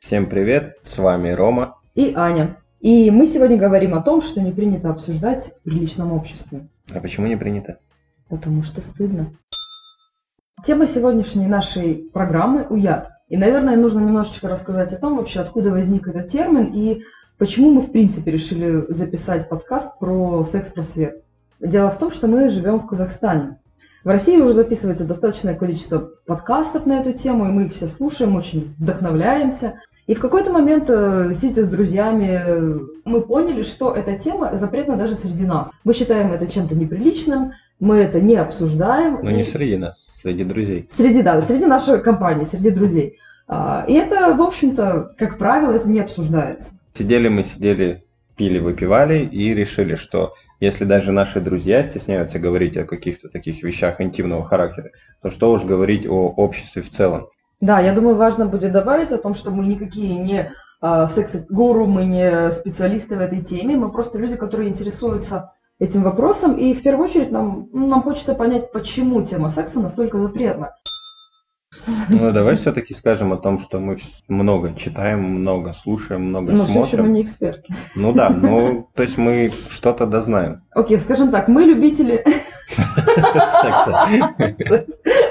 Всем привет, с вами Рома и Аня. И мы сегодня говорим о том, что не принято обсуждать в приличном обществе. А почему не принято? Потому что стыдно. Тема сегодняшней нашей программы – уяд. И, наверное, нужно немножечко рассказать о том, вообще, откуда возник этот термин и почему мы, в принципе, решили записать подкаст про секс-просвет. Дело в том, что мы живем в Казахстане. В России уже записывается достаточное количество подкастов на эту тему, и мы их все слушаем, очень вдохновляемся. И в какой-то момент, сидя с друзьями, мы поняли, что эта тема запретна даже среди нас. Мы считаем это чем-то неприличным, мы это не обсуждаем. Но не среди нас, среди друзей. Среди нашей компании, среди друзей. И это, в общем-то, как правило, это не обсуждается. Сидели, пили, выпивали и решили, что если даже наши друзья стесняются говорить о каких-то таких вещах интимного характера, то что уж говорить о обществе в целом. Да, я думаю, важно будет добавить о том, что мы никакие не секс-гуру, мы не специалисты в этой теме, мы просто люди, которые интересуются этим вопросом, и в первую очередь нам хочется понять, почему тема секса настолько запретна. Ну, давай все-таки скажем о том, что мы много читаем, много слушаем, много смотрим. Но все еще мы не эксперты. Ну да, то есть мы что-то дознаем. Окей, скажем так, мы любители секса.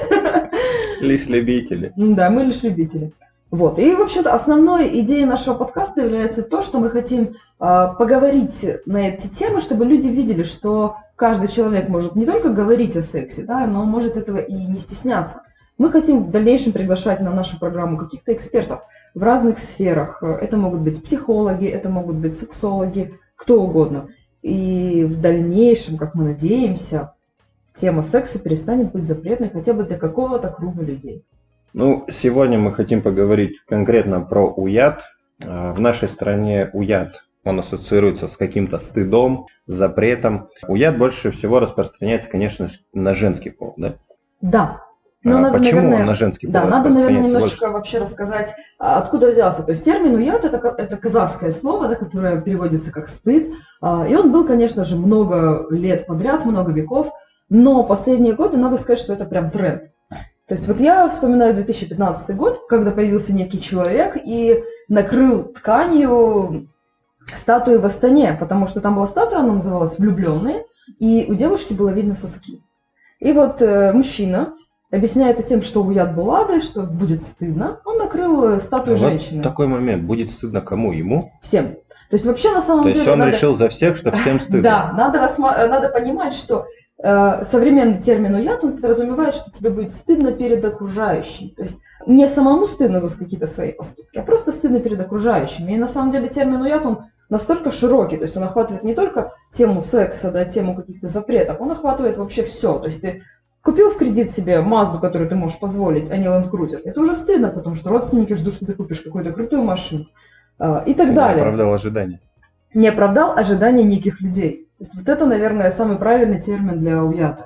Лишь любители. Да, мы лишь любители. Вот. И, в общем-то, основной идеей нашего подкаста является то, что мы хотим поговорить на эти темы, чтобы люди видели, что каждый человек может не только говорить о сексе, да, но может этого и не стесняться. Мы хотим в дальнейшем приглашать на нашу программу каких-то экспертов в разных сферах. Это могут быть психологи, это могут быть сексологи, кто угодно. И в дальнейшем, как мы надеемся, тема секса перестанет быть запретной хотя бы для какого-то круга людей. Ну, сегодня мы хотим поговорить конкретно про уяд. В нашей стране уяд, он ассоциируется с каким-то стыдом, запретом. Уяд больше всего распространяется, конечно, на женский пол, да? Да. Но надо, почему наверное, он на женский пол надо, наверное, немножечко больше? Вообще рассказать, откуда взялся. То есть термин уяд это казахское слово, да, которое переводится как стыд. И он был, конечно же, много лет подряд, много веков. Но последние годы, надо сказать, что это прям тренд. То есть вот я вспоминаю 2015 год, когда появился некий человек и накрыл тканью статую в Астане, потому что там была статуя, она называлась «Влюбленные», и у девушки было видно соски. И вот мужчина, объясняя это тем, что уяд булады, что будет стыдно, он накрыл статую женщины. Вот такой момент. Будет стыдно кому? Ему? Всем. То есть вообще на самом деле... То есть он решил за всех, что всем стыдно. Да, надо понимать, что современный термин уяд, он подразумевает, что тебе будет стыдно перед окружающим. То есть не самому стыдно за какие-то свои поступки, а просто стыдно перед окружающими. И на самом деле термин уяд, он настолько широкий, то есть он охватывает не только тему секса, да, тему каких-то запретов, он охватывает вообще все. То есть ты купил в кредит себе Мазду, которую ты можешь позволить, а не Land Cruiser. Это уже стыдно, потому что родственники ждут, что ты купишь какую-то крутую машину. И так далее. Не оправдал ожидания. Не оправдал ожидания неких людей. То есть вот это, наверное, самый правильный термин для уяда.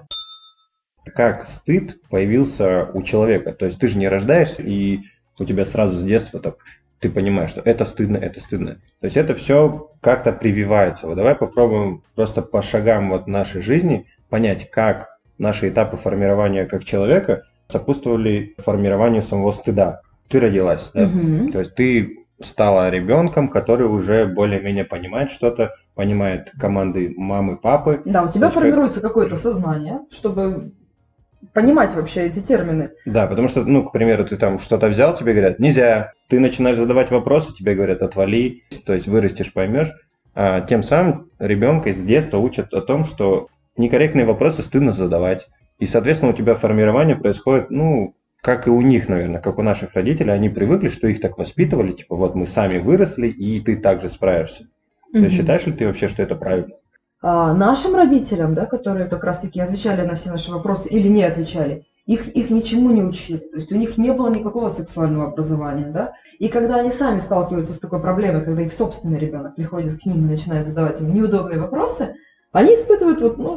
Как стыд появился у человека? То есть ты же не рождаешься, и у тебя сразу с детства так ты понимаешь, что это стыдно, это стыдно. То есть это все как-то прививается. Вот давай попробуем просто по шагам вот нашей жизни понять, как наши этапы формирования как человека сопутствовали формированию самого стыда. Ты родилась, да? То есть ты стала ребенком, который уже более-менее понимает что-то, понимает команды мамы, папы. Да, у тебя формируется какое-то сознание, чтобы понимать вообще эти термины. Да, потому что, к примеру, ты там что-то взял, тебе говорят, нельзя. Ты начинаешь задавать вопросы, тебе говорят, отвали, то есть вырастешь, поймешь. А тем самым ребенка с детства учат о том, что некорректные вопросы стыдно задавать. И, соответственно, у тебя формирование происходит, как и у них, наверное, как у наших родителей, они привыкли, что их так воспитывали, типа, вот мы сами выросли, и ты также справишься. То есть считаешь ли ты вообще, что это правильно? Нашим родителям, да, которые как раз-таки отвечали на все наши вопросы или не отвечали, их ничему не учили. То есть у них не было никакого сексуального образования, да. И когда они сами сталкиваются с такой проблемой, когда их собственный ребенок приходит к ним и начинает задавать им неудобные вопросы, они испытывают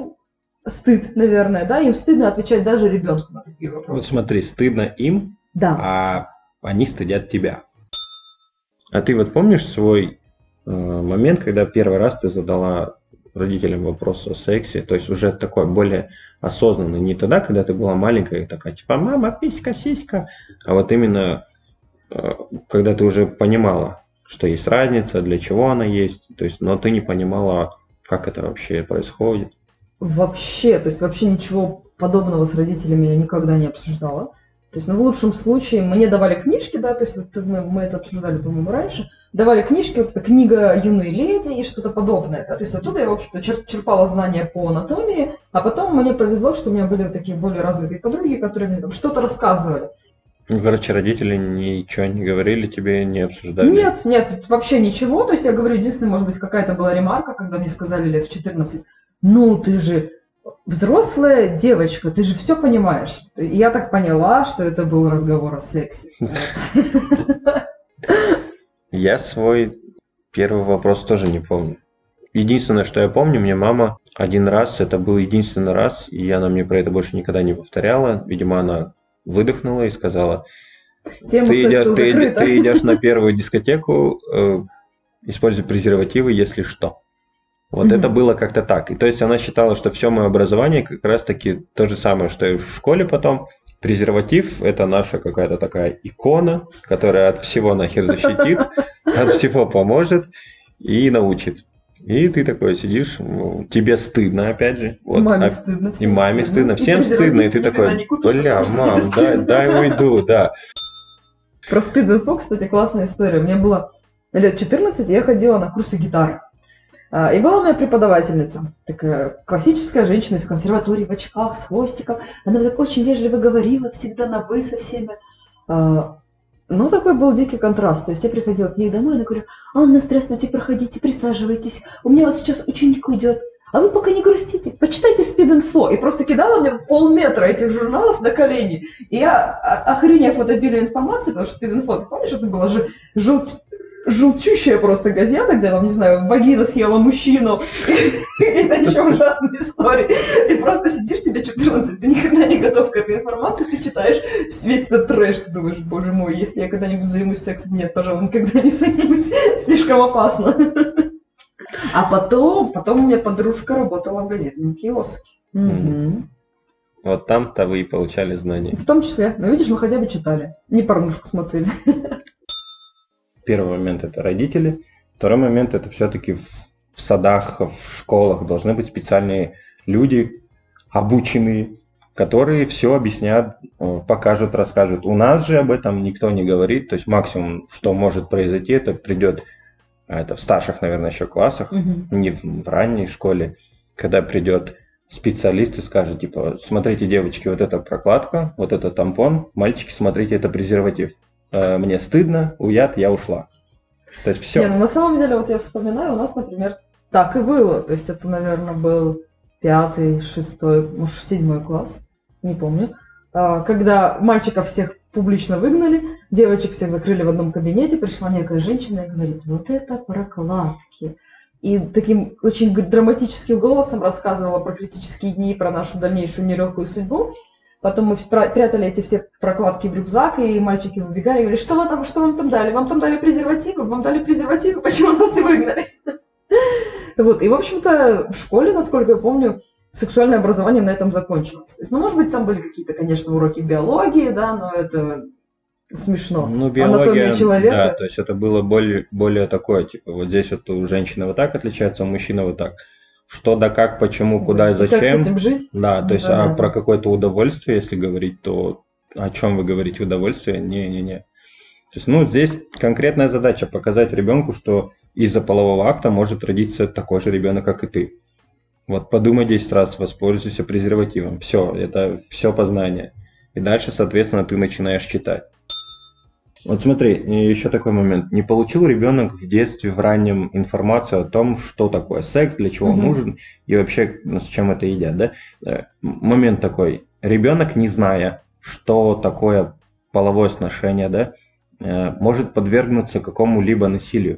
стыд, наверное, да, им стыдно отвечать даже ребенку на такие вопросы. Вот смотри, стыдно им, да. А они стыдят тебя. А ты вот помнишь свой момент, когда первый раз ты задала родителям вопрос о сексе, то есть уже такой более осознанный, не тогда, когда ты была маленькая и такая, типа, мама, писька, сиська, а вот именно когда ты уже понимала, что есть разница, для чего она есть, то есть, но ты не понимала, как это вообще происходит. Вообще, то есть вообще ничего подобного с родителями я никогда не обсуждала. То есть, ну, в лучшем случае мне давали книжки, да, то есть вот мы это обсуждали, по-моему, раньше, давали книжки, вот эта книга «Юные леди» и что-то подобное, да, то есть оттуда я, в общем-то, черпала знания по анатомии, а потом мне повезло, что у меня были такие более развитые подруги, которые мне там что-то рассказывали. Ну, короче, родители ничего не говорили тебе, не обсуждали? Нет, вообще ничего, то есть я говорю, единственное, может быть, какая-то была ремарка, когда мне сказали лет в 14, ну, ты же взрослая девочка, ты же все понимаешь. И я так поняла, что это был разговор о сексе. Я свой первый вопрос тоже не помню. Единственное, что я помню, мне мама один раз, это был единственный раз, и она мне про это больше никогда не повторяла. Видимо, она выдохнула и сказала, ты идешь на первую дискотеку, используй презервативы, если что. Вот это было как-то так. И то есть она считала, что все мое образование как раз-таки то же самое, что и в школе потом. Презерватив – это наша какая-то такая икона, которая от всего нахер защитит, от всего поможет и научит. И ты такой сидишь, тебе стыдно, опять же. Вот, маме стыдно, и маме стыдно, всем стыдно. И ты такой, бля, мам, дай уйду, да. Про спид-инфо, кстати, классная история. Мне было лет 14, я ходила на курсы гитары. И была у меня преподавательница, такая классическая женщина из консерватории в очках, с хвостиком. Она так очень вежливо говорила, всегда на «вы» со всеми. Ну, такой был дикий контраст. То есть я приходила к ней домой, и она говорила: «Анна, здравствуйте, проходите, присаживайтесь. У меня вот сейчас ученик уйдет. А вы пока не грустите, почитайте спид-инфо». И просто кидала мне полметра этих журналов на колени. И я, охренев от обилия информации, потому что спид-инфо, ты помнишь, это было же желтющая просто газета, где, там, не знаю, вагина съела мужчину, и еще ужасные истории. Ты просто сидишь, тебе 14, ты никогда не готов к этой информации, ты читаешь весь этот трэш, ты думаешь, боже мой, если я когда-нибудь займусь сексом, нет, пожалуй, никогда не займусь, слишком опасно. А потом у меня подружка работала в газетном киоске. Вот там-то вы и получали знания. В том числе. Ну, видишь, мы хотя бы читали, не порнушку смотрели. Первый момент – это родители. Второй момент – это все-таки в садах, в школах должны быть специальные люди, обученные, которые все объяснят, покажут, расскажут. У нас же об этом никто не говорит. То есть максимум, что может произойти, это придет, это в старших, наверное, еще классах, не в ранней школе, когда придет специалист и скажет, типа, смотрите, девочки, вот это прокладка, вот это тампон, мальчики, смотрите, это презерватив. Мне стыдно, уят, я ушла. То есть все. Не, ну на самом деле, вот я вспоминаю, у нас, например, так и было. То есть это, наверное, был 5, 6, может, 7 класс, не помню. Когда мальчиков всех публично выгнали, девочек всех закрыли в одном кабинете, пришла некая женщина и говорит: вот это прокладки. И таким очень драматическим голосом рассказывала про критические дни, про нашу дальнейшую нелегкую судьбу. Потом мы прятали эти все прокладки в рюкзак, и мальчики выбегали и говорили: что вам там дали? Вам там дали презервативы, почему нас и выгнали? Вот. И, в общем-то, в школе, насколько я помню, сексуальное образование на этом закончилось. То есть, ну, может быть, там были какие-то, конечно, уроки биологии, да, но это смешно. Ну, биология, анатомия человека. Да, то есть это было более такое, типа, вот здесь вот у женщины вот так отличается, а у мужчины вот так. Что да как, почему, куда и зачем. Как с этим жить? Да, то есть про какое-то удовольствие, если говорить, то о чем вы говорите удовольствие? Не. То есть, ну, здесь конкретная задача показать ребенку, что из-за полового акта может родиться такой же ребенок, как и ты. Вот подумай 10 раз, воспользуйся презервативом. Все, это все познание. И дальше, соответственно, ты начинаешь читать. Вот смотри, еще такой момент. Не получил ребенок в детстве, в раннем информацию о том, что такое секс, для чего нужен и вообще с чем это едят, да? Момент такой. Ребенок, не зная, что такое половое сношение, да, может подвергнуться какому-либо насилию.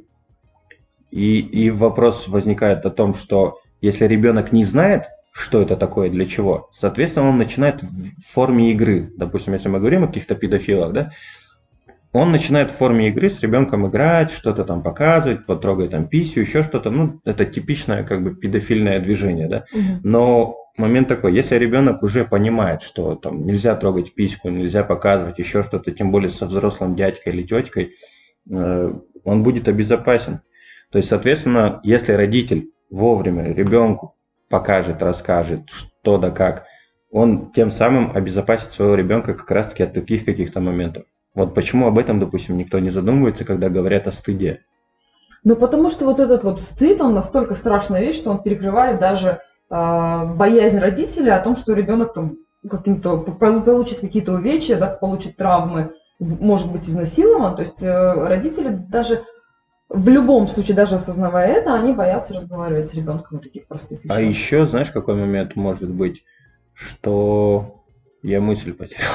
И вопрос возникает о том, что если ребенок не знает, что это такое, для чего, соответственно, он начинает в форме игры. Допустим, если мы говорим о каких-то педофилах, да, он начинает в форме игры с ребенком играть, что-то там показывать, потрогать там писю, еще что-то. Ну, это типичное как бы педофильное движение, да. Но момент такой, если ребенок уже понимает, что там нельзя трогать письку, нельзя показывать еще что-то, тем более со взрослым дядькой или теткой, он будет обезопасен. То есть, соответственно, если родитель вовремя ребенку покажет, расскажет, что да как, он тем самым обезопасит своего ребенка как раз-таки от таких каких-то моментов. Вот почему об этом, допустим, никто не задумывается, когда говорят о стыде. Ну, потому что вот этот вот стыд, он настолько страшная вещь, что он перекрывает даже боязнь родителей о том, что ребенок там получит какие-то увечья, да, получит травмы, может быть изнасилован. То есть родители даже в любом случае, даже осознавая это, они боятся разговаривать с ребенком о таких простых вещах. А еще, знаешь, какой момент может быть, что я мысль потерял.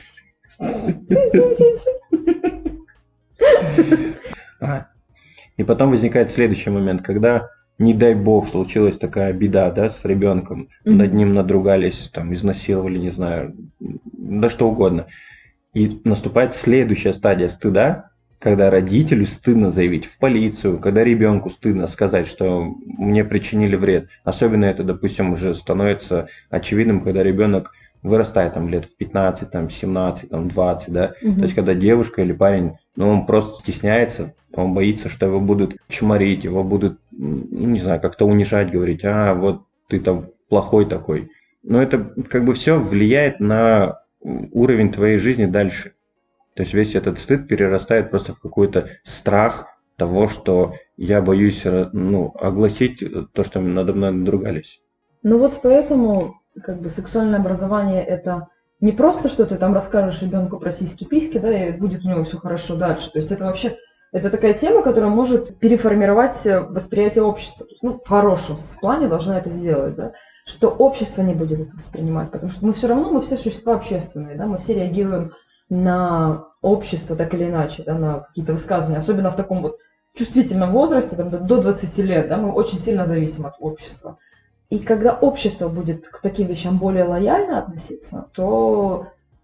И потом возникает следующий момент, когда, не дай бог, случилась такая беда, да, с ребенком, над ним надругались, там, изнасиловали, не знаю, да что угодно. И наступает следующая стадия стыда, когда родителю стыдно заявить в полицию, когда ребенку стыдно сказать, что мне причинили вред. Особенно это, допустим, уже становится очевидным, когда ребенок вырастает там лет в 15, там, 17, там, 20, да. То есть, когда девушка или парень, он просто стесняется, он боится, что его будут чморить, его будут, не знаю, как-то унижать, говорить, вот ты там плохой такой. Но это как бы все влияет на уровень твоей жизни дальше. То есть весь этот стыд перерастает просто в какой-то страх того, что я боюсь огласить то, что надо мной надругались. Ну вот поэтому как бы сексуальное образование это не просто, что ты там расскажешь ребенку про сиськи-письки, да, и будет у него все хорошо дальше. То есть это вообще, это такая тема, которая может переформировать восприятие общества. То есть, в хорошем плане должна это сделать, да, что общество не будет это воспринимать, потому что мы все существа общественные, да, мы все реагируем на общество так или иначе, да, на какие-то высказывания, особенно в таком вот чувствительном возрасте, там, до 20 лет, да, мы очень сильно зависим от общества. И когда общество будет к таким вещам более лояльно относиться, то,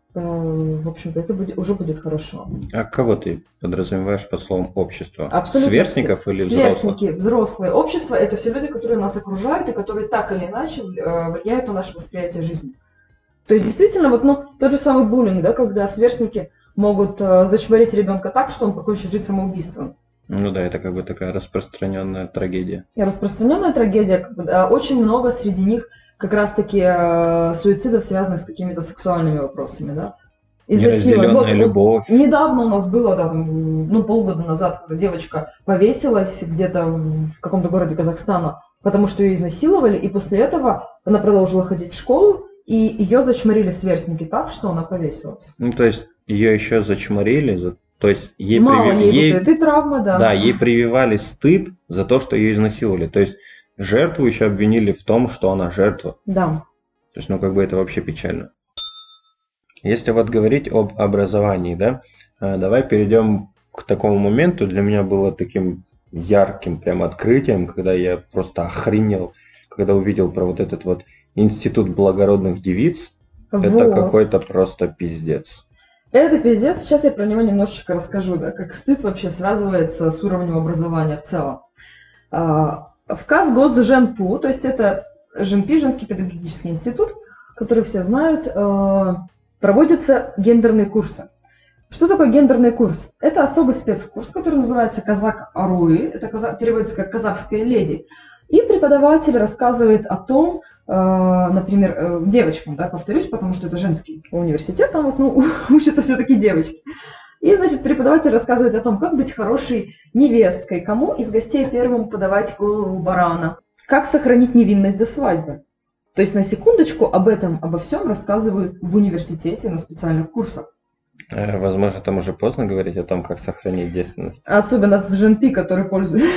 в общем-то, это уже будет хорошо. А кого ты подразумеваешь под словом общество? Абсолютно Сверстников все. или взрослых? Сверстники, взрослые. Общество – это все люди, которые нас окружают и которые так или иначе влияют на наше восприятие жизни. То есть, действительно, тот же самый буллинг, да, когда сверстники могут зачморить ребенка так, что он покончит жизнь самоубийством. Ну да, это как бы такая распространенная трагедия. Распространенная трагедия, очень много среди них как раз-таки суицидов, связанных с какими-то сексуальными вопросами, да. Неразделенная любовь. Недавно у нас было, да, полгода назад, когда девочка повесилась где-то в каком-то городе Казахстана, потому что ее изнасиловали, и после этого она продолжила ходить в школу, и ее зачморили сверстники так, что она повесилась. Ну, то есть ее еще зачморили, то есть ей травма, да. Да, ей прививали стыд за то, что ее изнасиловали. То есть жертву еще обвинили в том, что она жертва. Да. То есть, как бы это вообще печально. Если вот говорить об образовании, да, давай перейдем к такому моменту. Для меня было таким ярким прям открытием, когда я просто охренел, когда увидел про вот этот вот институт благородных девиц. Это какой-то просто пиздец. Это пиздец, сейчас я про него немножечко расскажу, да, как стыд вообще связывается с уровнем образования в целом. В Казгосженпу, то есть это ЖНП, женский педагогический институт, который все знают, проводятся гендерные курсы. Что такое гендерный курс? Это особый спецкурс, который называется Казак Аруи, это переводится как казахская леди. И преподаватель рассказывает о том, например, девочкам, да, повторюсь, потому что это женский университет, там в основном учатся все-таки девочки. И, значит, преподаватель рассказывает о том, как быть хорошей невесткой, кому из гостей первым подавать голову барана, как сохранить невинность до свадьбы. То есть, на секундочку, обо всем рассказывают в университете на специальных курсах. Возможно, там уже поздно говорить о том, как сохранить девственность. Особенно в ЖНП, который пользуется.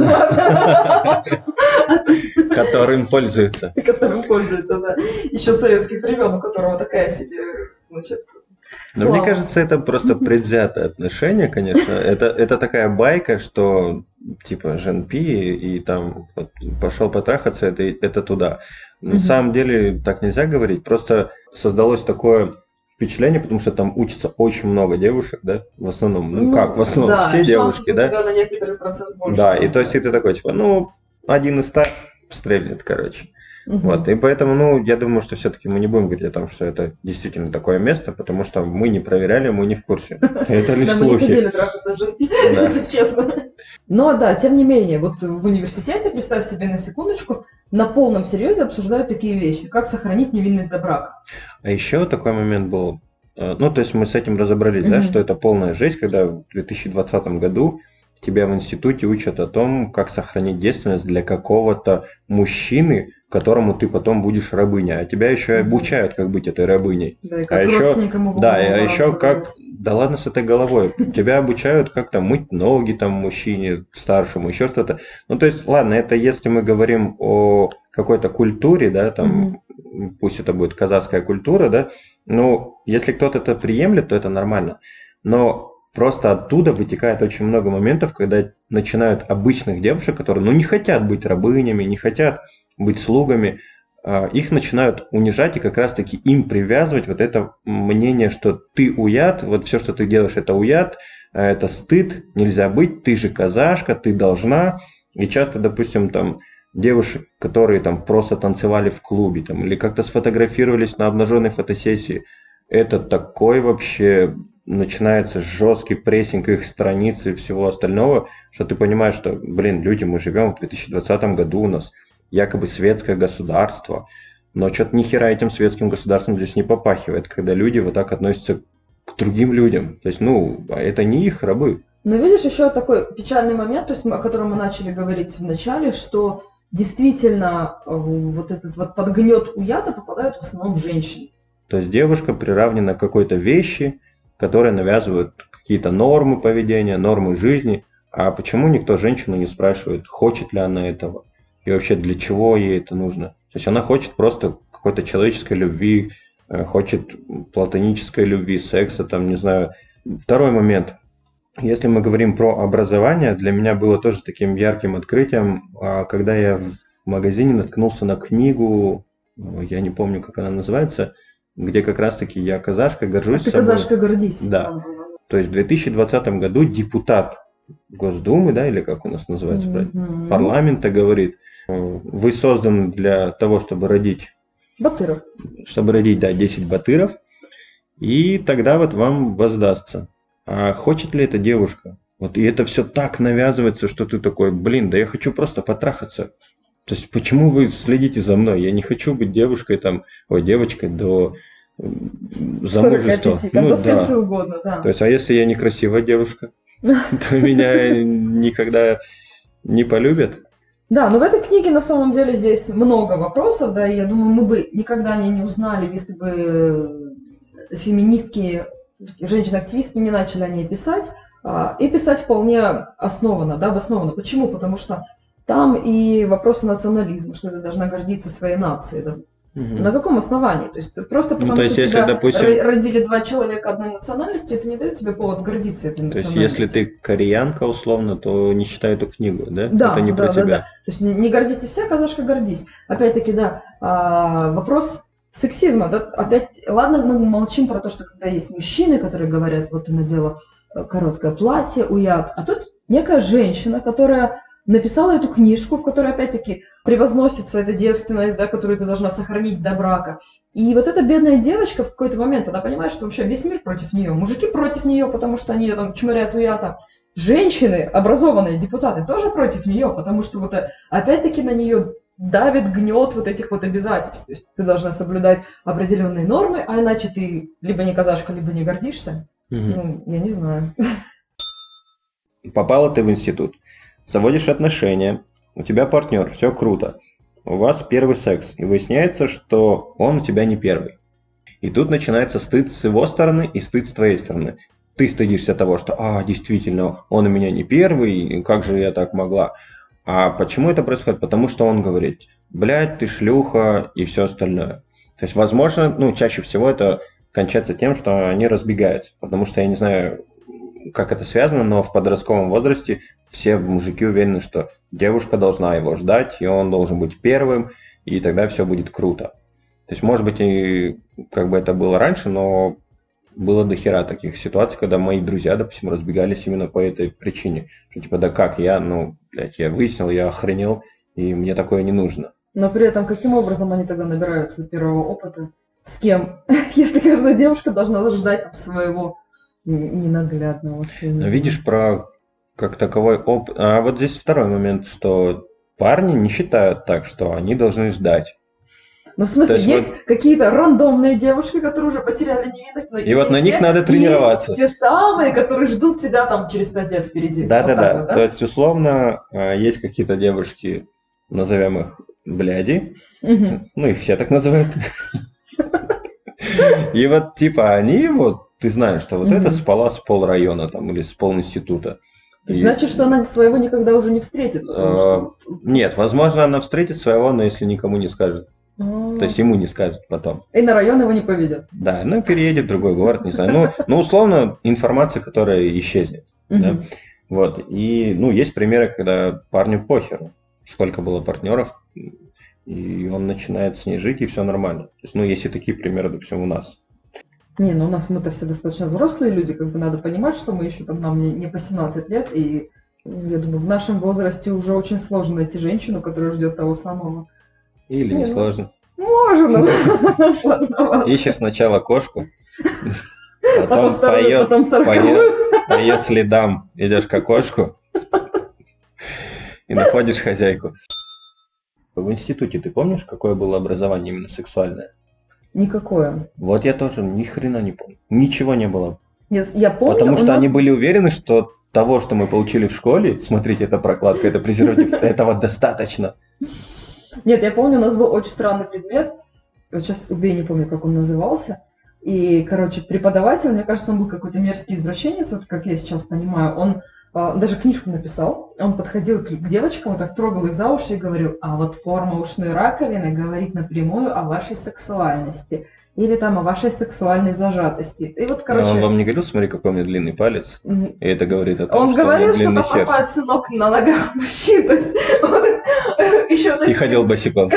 Которым пользуются. Которым пользуются, да. Еще советских времен, у которого такая себе, значит, но мне кажется, это просто предвзятое отношение, конечно. Это такая байка, что типа ЖНП и там вот, пошел потрахаться, это туда. На самом деле так нельзя говорить. Просто создалось такое впечатление, потому что там учатся очень много девушек, да, в основном, в основном, да, все девушки, да. На некоторый процент больше. Да, и то есть ты такой, типа, 1 из 100 стрельнет, короче. Вот, и поэтому, я думаю, что все-таки мы не будем говорить о том, что это действительно такое место, потому что мы не проверяли, мы не в курсе. Это лишь слухи. Мы не хотели трахаться в женпи, честно. Но да, тем не менее, вот в университете, представь себе на секундочку, на полном серьезе обсуждают такие вещи, как сохранить невинность до брака. А еще такой момент был, то есть мы с этим разобрались, да, что это полная жесть, когда в 2020 году тебя в институте учат о том, как сохранить девственность для какого-то мужчины, которому ты потом будешь рабыня, а тебя еще и обучают, как быть этой рабыней. Да, и как родственникам его да ладно с этой головой, тебя обучают как там мыть ноги там мужчине старшему, еще что-то. То есть, ладно, это если мы говорим о какой-то культуре, да, там, пусть это будет казахская культура, да, если кто-то это приемлет, то это нормально. Но просто оттуда вытекает очень много моментов, когда начинают обычных девушек, которые, не хотят быть рабынями, не хотят быть слугами, их начинают унижать и как раз-таки им привязывать вот это мнение, что ты уят, вот все, что ты делаешь, это уят, это стыд, нельзя быть, ты же казашка, ты должна. И часто, допустим, там девушек, которые там просто танцевали в клубе там, или как-то сфотографировались на обнаженной фотосессии, это такой вообще начинается жесткий прессинг их страниц и всего остального, что ты понимаешь, что, люди, мы живем в 2020 году, у нас якобы светское государство, но что-то ни хера этим светским государством здесь не попахивает, когда люди вот так относятся к другим людям. То есть, это не их рабы. Но видишь, еще такой печальный момент, то есть, о котором мы начали говорить в начале, что действительно вот этот вот под гнет уята попадают в основном женщины. То есть девушка приравнена к какой-то вещи, которые навязывают какие-то нормы поведения, нормы жизни. А почему никто женщину не спрашивает, хочет ли она этого? И вообще для чего ей это нужно? То есть она хочет просто какой-то человеческой любви, хочет платонической любви, секса, там, не знаю. Второй момент. Если мы говорим про образование, для меня было тоже таким ярким открытием, когда я в магазине наткнулся на книгу, я не помню, как она называется, где как раз-таки я казашка, горжусь собой. Ты казашка, гордись. Да. То есть в 2020 году депутат Госдумы, да, или как у нас называется, парламента говорит, вы созданы для того, чтобы родить... Батыров. Чтобы родить, 10 батыров, и тогда вот вам воздастся. А хочет ли эта девушка? И это все так навязывается, что ты такой, да я хочу просто потрахаться. То есть, почему вы следите за мной? Я не хочу быть девушкой, девочкой до замужества. 45, до скольки угодно, да. То есть, а если я некрасивая девушка, то меня никогда не полюбят? Да, но в этой книге на самом деле здесь много вопросов, да, и я думаю, мы бы никогда не узнали, если бы феминистки, женщины-активистки не начали о ней писать, и писать вполне обоснованно. Почему? Потому что там и вопросы национализма, что ты должна гордиться своей нацией, да. На каком основании? То есть просто потому, что тебя родили два человека одной национальности, это не дает тебе повод гордиться этой национальностью. То есть если ты кореянка условно, то не читай эту книгу, да? Да, это не про тебя. Да. То есть не гордитесь все, казашка, гордись. Опять-таки, вопрос сексизма. Да? Опять, ладно, мы молчим про то, что когда есть мужчины, которые говорят, вот ты надела короткое платье, уят, а тут некая женщина, которая написала эту книжку, в которой, опять-таки, превозносится эта девственность, да, которую ты должна сохранить до брака. И вот эта бедная девочка в какой-то момент, она понимает, что вообще весь мир против нее. Мужики против нее, потому что они там чморят уята. Женщины, образованные депутаты, тоже против нее, потому что вот опять-таки на нее давит, гнет вот этих вот обязательств. То есть ты должна соблюдать определенные нормы, а иначе ты либо не казашка, либо не гордишься. Я не знаю. Попала ты в институт. Заводишь отношения, у тебя партнер, все круто. У вас первый секс, и выясняется, что он у тебя не первый. И тут начинается стыд с его стороны и стыд с твоей стороны. Ты стыдишься того, что, действительно, он у меня не первый, как же я так могла. А почему это происходит? Потому что он говорит, ты шлюха и все остальное. То есть, возможно, чаще всего это кончается тем, что они разбегаются. Потому что я не знаю, как это связано, но в подростковом возрасте все мужики уверены, что девушка должна его ждать, и он должен быть первым, и тогда все будет круто. То есть, может быть, и как бы это было раньше, но было дохера таких ситуаций, когда мои друзья, допустим, разбегались именно по этой причине. Что я выяснил, я охренел, и мне такое не нужно. Но при этом каким образом они тогда набираются первого опыта? С кем? Если каждая девушка должна ждать там своего ненаглядного. Но видишь, про как таковой опыт... А вот здесь второй момент, что парни не считают так, что они должны ждать. Ну, в смысле, есть вот... какие-то рандомные девушки, которые уже потеряли невинность, но и вот на них надо тренироваться. Есть те самые, которые ждут тебя там через 5 лет впереди. Да-да-да. То есть, условно, есть какие-то девушки, назовем их бляди. Ну, их все так называют. И вот, типа, они вот, ты знаешь, что вот это спала с полрайона там или с полинститута. То есть, значит, что она своего никогда уже не встретит? Нет, возможно, она встретит своего, но если никому не скажет. То есть ему не скажет потом. И на район его не поведет. Да, ну переедет в другой город, не знаю. Ну, условно, информация, которая исчезнет. Да? Вот. И, ну, есть примеры, когда парню похеру, сколько было партнеров, и он начинает с ней жить, и все нормально. То есть, ну, есть и такие примеры, допустим, у нас. Не, ну у нас мы-то все достаточно взрослые люди, как бы надо понимать, что мы еще там, нам не по 17 лет, и я думаю, в нашем возрасте уже очень сложно найти женщину, которая ждет того самого. Или не сложно. Можно. Сложновато. Ищешь сначала кошку, потом по ее ее следам идешь к окошку и находишь хозяйку. В институте ты помнишь, какое было образование именно сексуальное? Никакое. Вот я тоже ни хрена не помню. Ничего не было. Я помню, потому что они были уверены, что того, что мы получили в школе, смотрите, это прокладка, это презерватив, этого достаточно. Нет, я помню, у нас был очень странный предмет. Вот сейчас убей, не помню, как он назывался. И, короче, преподаватель, мне кажется, он был какой-то мерзкий извращенец, вот как я сейчас понимаю. Он даже книжку написал. Он подходил к девочкам, вот так трогал их за уши и говорил: а вот форма ушной раковины говорит напрямую о вашей сексуальности. Или там о вашей сексуальной зажатости. И вот, короче... Он вам не говорил, смотри, какой у меня длинный палец? И это говорит о том, он что говорил, у меня длинный что хер. там пальцы ног на ногах мужчин. И ходил босиком.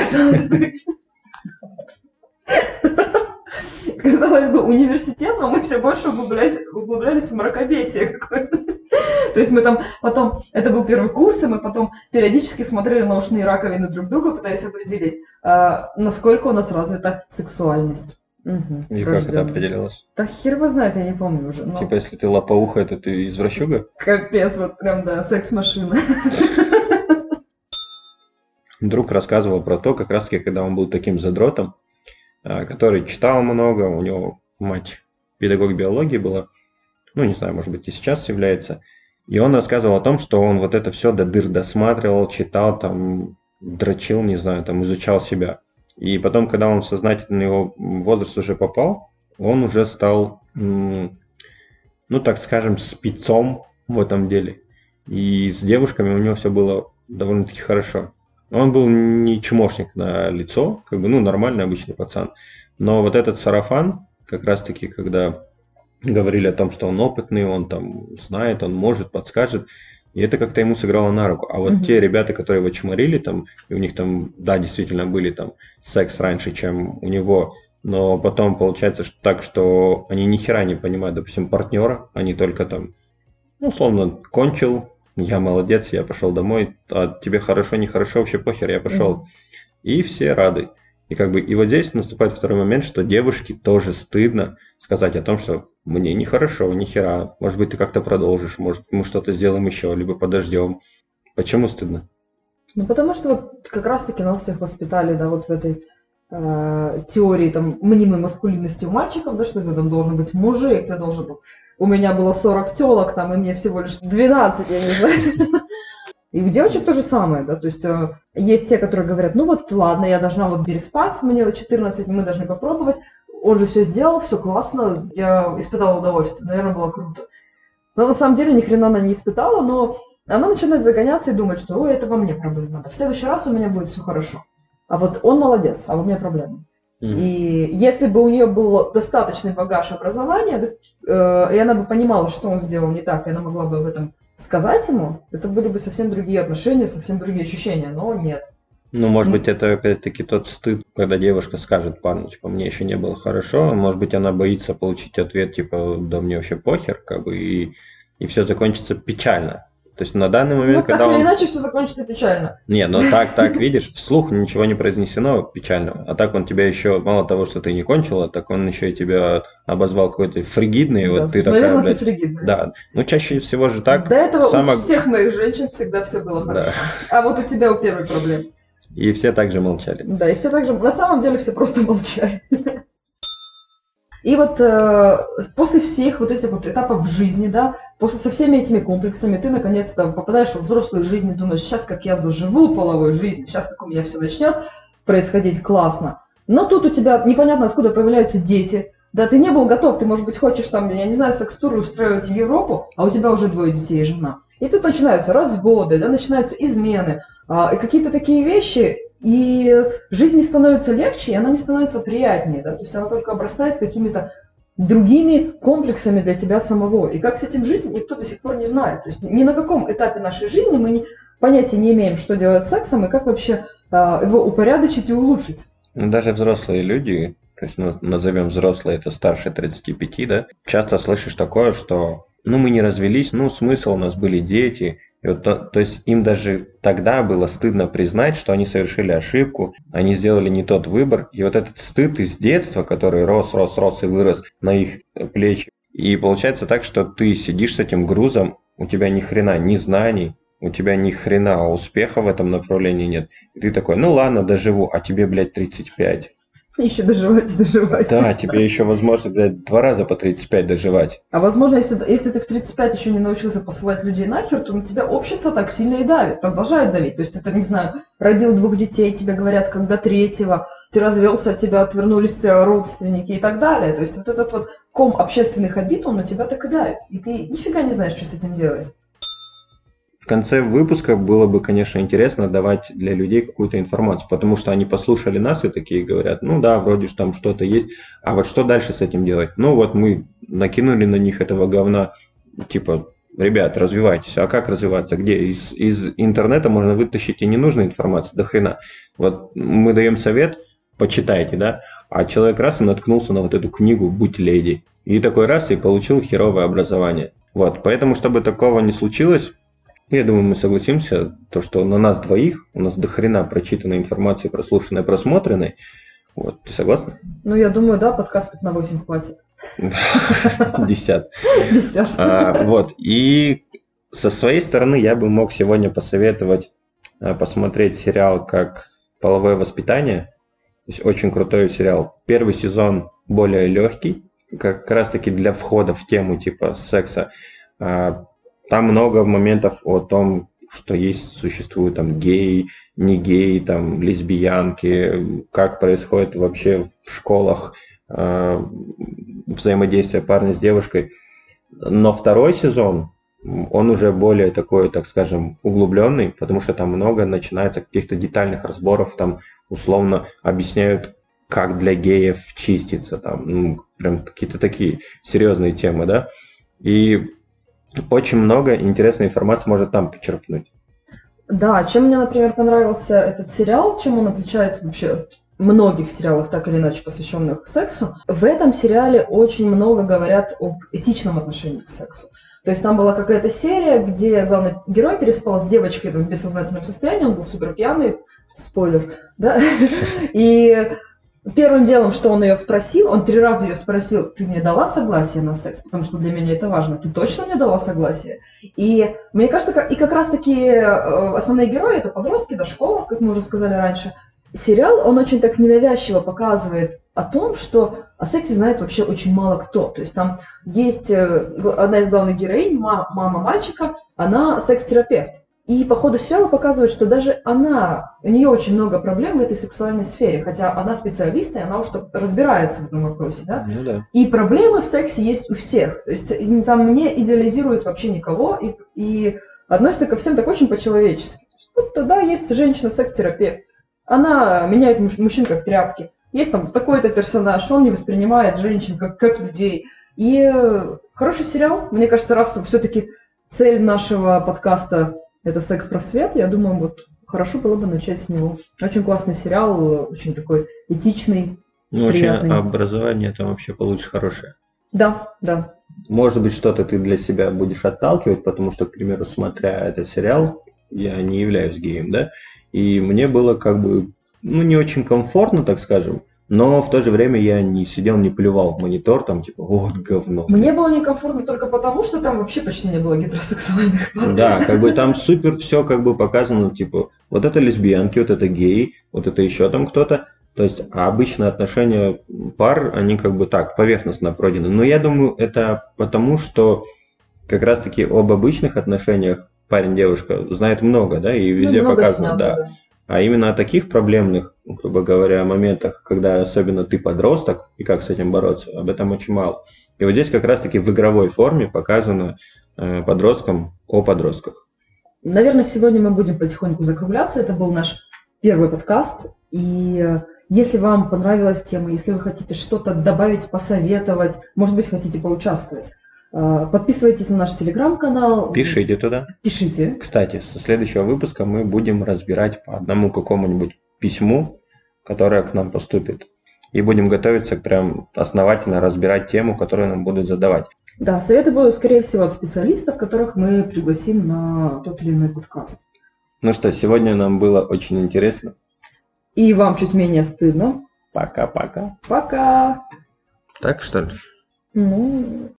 Казалось бы, университет, но мы все больше углублялись в мракобесие какое-то. То есть мы там потом, это был первый курс, и мы потом периодически смотрели на ушные раковины друг друга, пытаясь определить, насколько у нас развита сексуальность. И как это определялось? Да хер его знает, я не помню уже. Но... Типа, если ты лопоуха, это ты извращуга? Капец, вот прям, да, секс-машина. Друг рассказывал про то, как раз таки, когда он был таким задротом, который читал много, у него мать педагог биологии была, ну, не знаю, может быть, и сейчас является. И он рассказывал о том, что он вот это все до дыр досматривал, читал, там, дрочил, не знаю, там, изучал себя. И потом, когда он в сознательный его возраст уже попал, он уже стал, ну, так скажем, спецом в этом деле. И с девушками у него все было довольно-таки хорошо. Он был не чмошник на лицо, как бы, ну, нормальный обычный пацан. Но вот этот сарафан, как раз-таки, когда говорили о том, что он опытный, он там знает, он может, подскажет, и это как-то ему сыграло на руку. А вот те ребята, которые его чморили, там, и у них там, да, действительно были там секс раньше, чем у него, но потом получается так, что они ни хера не понимают, допустим, партнера, они только там, ну, условно, кончил, я молодец, я пошел домой, а тебе хорошо, нехорошо, вообще похер, я пошел. И все рады. И как бы, и вот здесь наступает второй момент, что девушке тоже стыдно сказать о том, что мне нехорошо, ни хера, может быть, ты как-то продолжишь, может, мы что-то сделаем еще, либо подождем. Почему стыдно? Ну, потому что вот как раз-таки нас всех воспитали, да, вот в этой теории там мнимой маскулинности у мальчиков, да, что ты там должен быть мужик, ты должен там... У меня было 40 телок, там, и мне всего лишь 12, я не знаю. И у девочек то же самое, да, то есть есть те, которые говорят, ну вот ладно, я должна вот переспать, мне 14, мы должны попробовать, он же все сделал, все классно, я испытала удовольствие, наверное, было круто. Но на самом деле ни хрена она не испытала, но она начинает загоняться и думать, что ой, это во мне проблема, в следующий раз у меня будет все хорошо. А вот он молодец, а во мне проблема. И если бы у нее был достаточный багаж образования, и она бы понимала, что он сделал не так, и она могла бы об этом сказать ему, это были бы совсем другие отношения, совсем другие ощущения, но нет. Ну, может быть, это опять-таки тот стыд, когда девушка скажет парню, типа, мне еще не было хорошо, может быть, она боится получить ответ, типа, да мне вообще похер, как бы, и все закончится печально. То есть на данный Ну, момент, так когда или он... иначе все закончится печально. Не, ну так, видишь, вслух ничего не произнесено печального. А так он тебя еще, мало того, что ты не кончила, так он еще и тебя обозвал какой-то фригидный, Да, вот ты наверное, такая, ты блядь... фригидная. Да, ну чаще всего же так. До этого Самое- у всех моих женщин всегда все было Да. хорошо. А вот у тебя у первой проблем. И все так же молчали. Да, и все так же, на самом деле все просто молчали. И вот после всех вот этих вот этапов в жизни, да, со всеми этими комплексами, ты наконец-то попадаешь в взрослую жизнь и думаешь, сейчас как я заживу половой жизнью, сейчас как у меня все начнет происходить классно. Но тут у тебя непонятно откуда появляются дети, да, ты не был готов, ты, может быть, хочешь там, я не знаю, секс-туры устраивать в Европу, а у тебя уже 2 детей и жена. И тут начинаются разводы, да, начинаются измены, и какие-то такие вещи, и жизнь не становится легче, и она не становится приятнее, да, то есть она только обрастает какими-то другими комплексами для тебя самого. И как с этим жить, никто до сих пор не знает. То есть ни на каком этапе нашей жизни мы понятия не имеем, что делать с сексом и как вообще его упорядочить и улучшить. Ну, даже взрослые люди, то есть назовем взрослые, это старше 35, да, часто слышишь такое, что ну мы не развелись, ну смысл, у нас были дети. И вот то есть им даже тогда было стыдно признать, что они совершили ошибку, они сделали не тот выбор. И вот этот стыд из детства, который рос и вырос на их плечи. И получается так, что ты сидишь с этим грузом, у тебя ни хрена ни знаний, у тебя ни хрена успеха в этом направлении нет. И ты такой, ну ладно, доживу, а тебе, блядь, 35. Еще доживать и доживать. Да, тебе еще возможно, блядь, 2 раза по 35 доживать. А возможно, если ты в 35 еще не научился посылать людей нахер, то на тебя общество так сильно и давит, продолжает давить. То есть ты, не знаю, родил 2 детей, тебе говорят, когда 3-го, ты развелся, от тебя отвернулись родственники и так далее. То есть вот этот вот ком общественных обид, он на тебя так и давит. И ты нифига не знаешь, что с этим делать. В конце выпуска было бы, конечно, интересно давать для людей какую-то информацию, потому что они послушали нас и такие говорят, ну да, вроде же там что-то есть, а вот что дальше с этим делать? Ну вот мы накинули на них этого говна, типа, ребят, развивайтесь, а как развиваться, где? Из интернета можно вытащить и ненужную информацию, до хрена. Вот мы даем совет, почитайте, да, а человек раз и наткнулся на вот эту книгу «Будь леди», и такой раз и получил херовое образование. Вот, поэтому, чтобы такого не случилось, я думаю, мы согласимся, то, что на нас двоих, у нас до хрена прочитанной информации, прослушанной, просмотренной. Вот, ты согласна? Ну, я думаю, да, подкастов на 8 хватит. 10. 10. Вот, и со своей стороны я бы мог сегодня посоветовать посмотреть сериал как «Половое воспитание». То есть очень крутой сериал. 1 сезон более легкий, как раз таки для входа в тему типа секса. Там много моментов о том, что существуют там геи, не геи, там лесбиянки, как происходит вообще в школах взаимодействие парня с девушкой. Но 2 сезон, он уже более такой, так скажем, углубленный, потому что там много начинается каких-то детальных разборов, там условно объясняют, как для геев чиститься, там, ну, прям какие-то такие серьезные темы, да, и очень много интересной информации можно там почерпнуть. Да, чем мне, например, понравился этот сериал, чем он отличается вообще от многих сериалов, так или иначе посвященных сексу, в этом сериале очень много говорят об этичном отношении к сексу. То есть там была какая-то серия, где главный герой переспал с девочкой в бессознательном состоянии, он был супер пьяный, спойлер, да, и первым делом, что он ее спросил, он 3 раза ее спросил, ты мне дала согласие на секс, потому что для меня это важно, ты точно мне дала согласие? И мне кажется, и как раз таки основные герои это подростки, да, школа, как мы уже сказали раньше. Сериал, он очень так ненавязчиво показывает о том, что о сексе знает вообще очень мало кто. То есть там есть одна из главных героинь, мама мальчика, она секс-терапевт. И по ходу сериала показывает, что даже у нее очень много проблем в этой сексуальной сфере, хотя она специалист, и она уже разбирается в этом вопросе, да? Ну, да. И проблемы в сексе есть у всех, то есть там не идеализируют вообще никого, и относятся ко всем так очень по-человечески. Вот тогда есть женщина-секс-терапевт, она меняет мужчин как тряпки, есть там такой-то персонаж, он не воспринимает женщин как людей. И хороший сериал, мне кажется, раз все-таки цель нашего подкаста это секс-просвет, я думаю, вот хорошо было бы начать с него. Очень классный сериал, очень такой этичный, ну, приятный. очень образование там вообще получишь хорошее. Да, да. Может быть, что-то ты для себя будешь отталкивать, потому что, к примеру, смотря этот сериал, я не являюсь геем, да, и мне было как бы, ну, не очень комфортно, так скажем, но в то же время я не сидел, не плевал в монитор, там, типа, вот говно. Мне было некомфортно только потому, что там вообще почти не было гетеросексуальных пар. Да, как бы там супер все как бы показано, типа, вот это лесбиянки, вот это геи, вот это еще там кто-то. То есть, а обычно отношения пар, они как бы так, поверхностно пройдены. Но я думаю, это потому, что как раз-таки об обычных отношениях парень-девушка знает много, да, и Ну, везде много показано, снято, да. да. А именно о таких проблемных, грубо говоря, моментах, когда особенно ты подросток, и как с этим бороться, об этом очень мало. И вот здесь как раз-таки в игровой форме показано подросткам о подростках. Наверное, сегодня мы будем потихоньку закругляться. Это был наш первый подкаст. И если вам понравилась тема, если вы хотите что-то добавить, посоветовать, может быть, хотите поучаствовать, подписывайтесь на наш телеграм-канал. Пишите туда. Пишите. Кстати, со следующего выпуска мы будем разбирать по одному какому-нибудь письму, которое к нам поступит. И будем готовиться прям основательно разбирать тему, которую нам будут задавать. Да, советы будут, скорее всего, от специалистов, которых мы пригласим на тот или иной подкаст. Ну что, сегодня нам было очень интересно. И вам чуть менее стыдно. Пока-пока. Пока. Так что ли? Ну,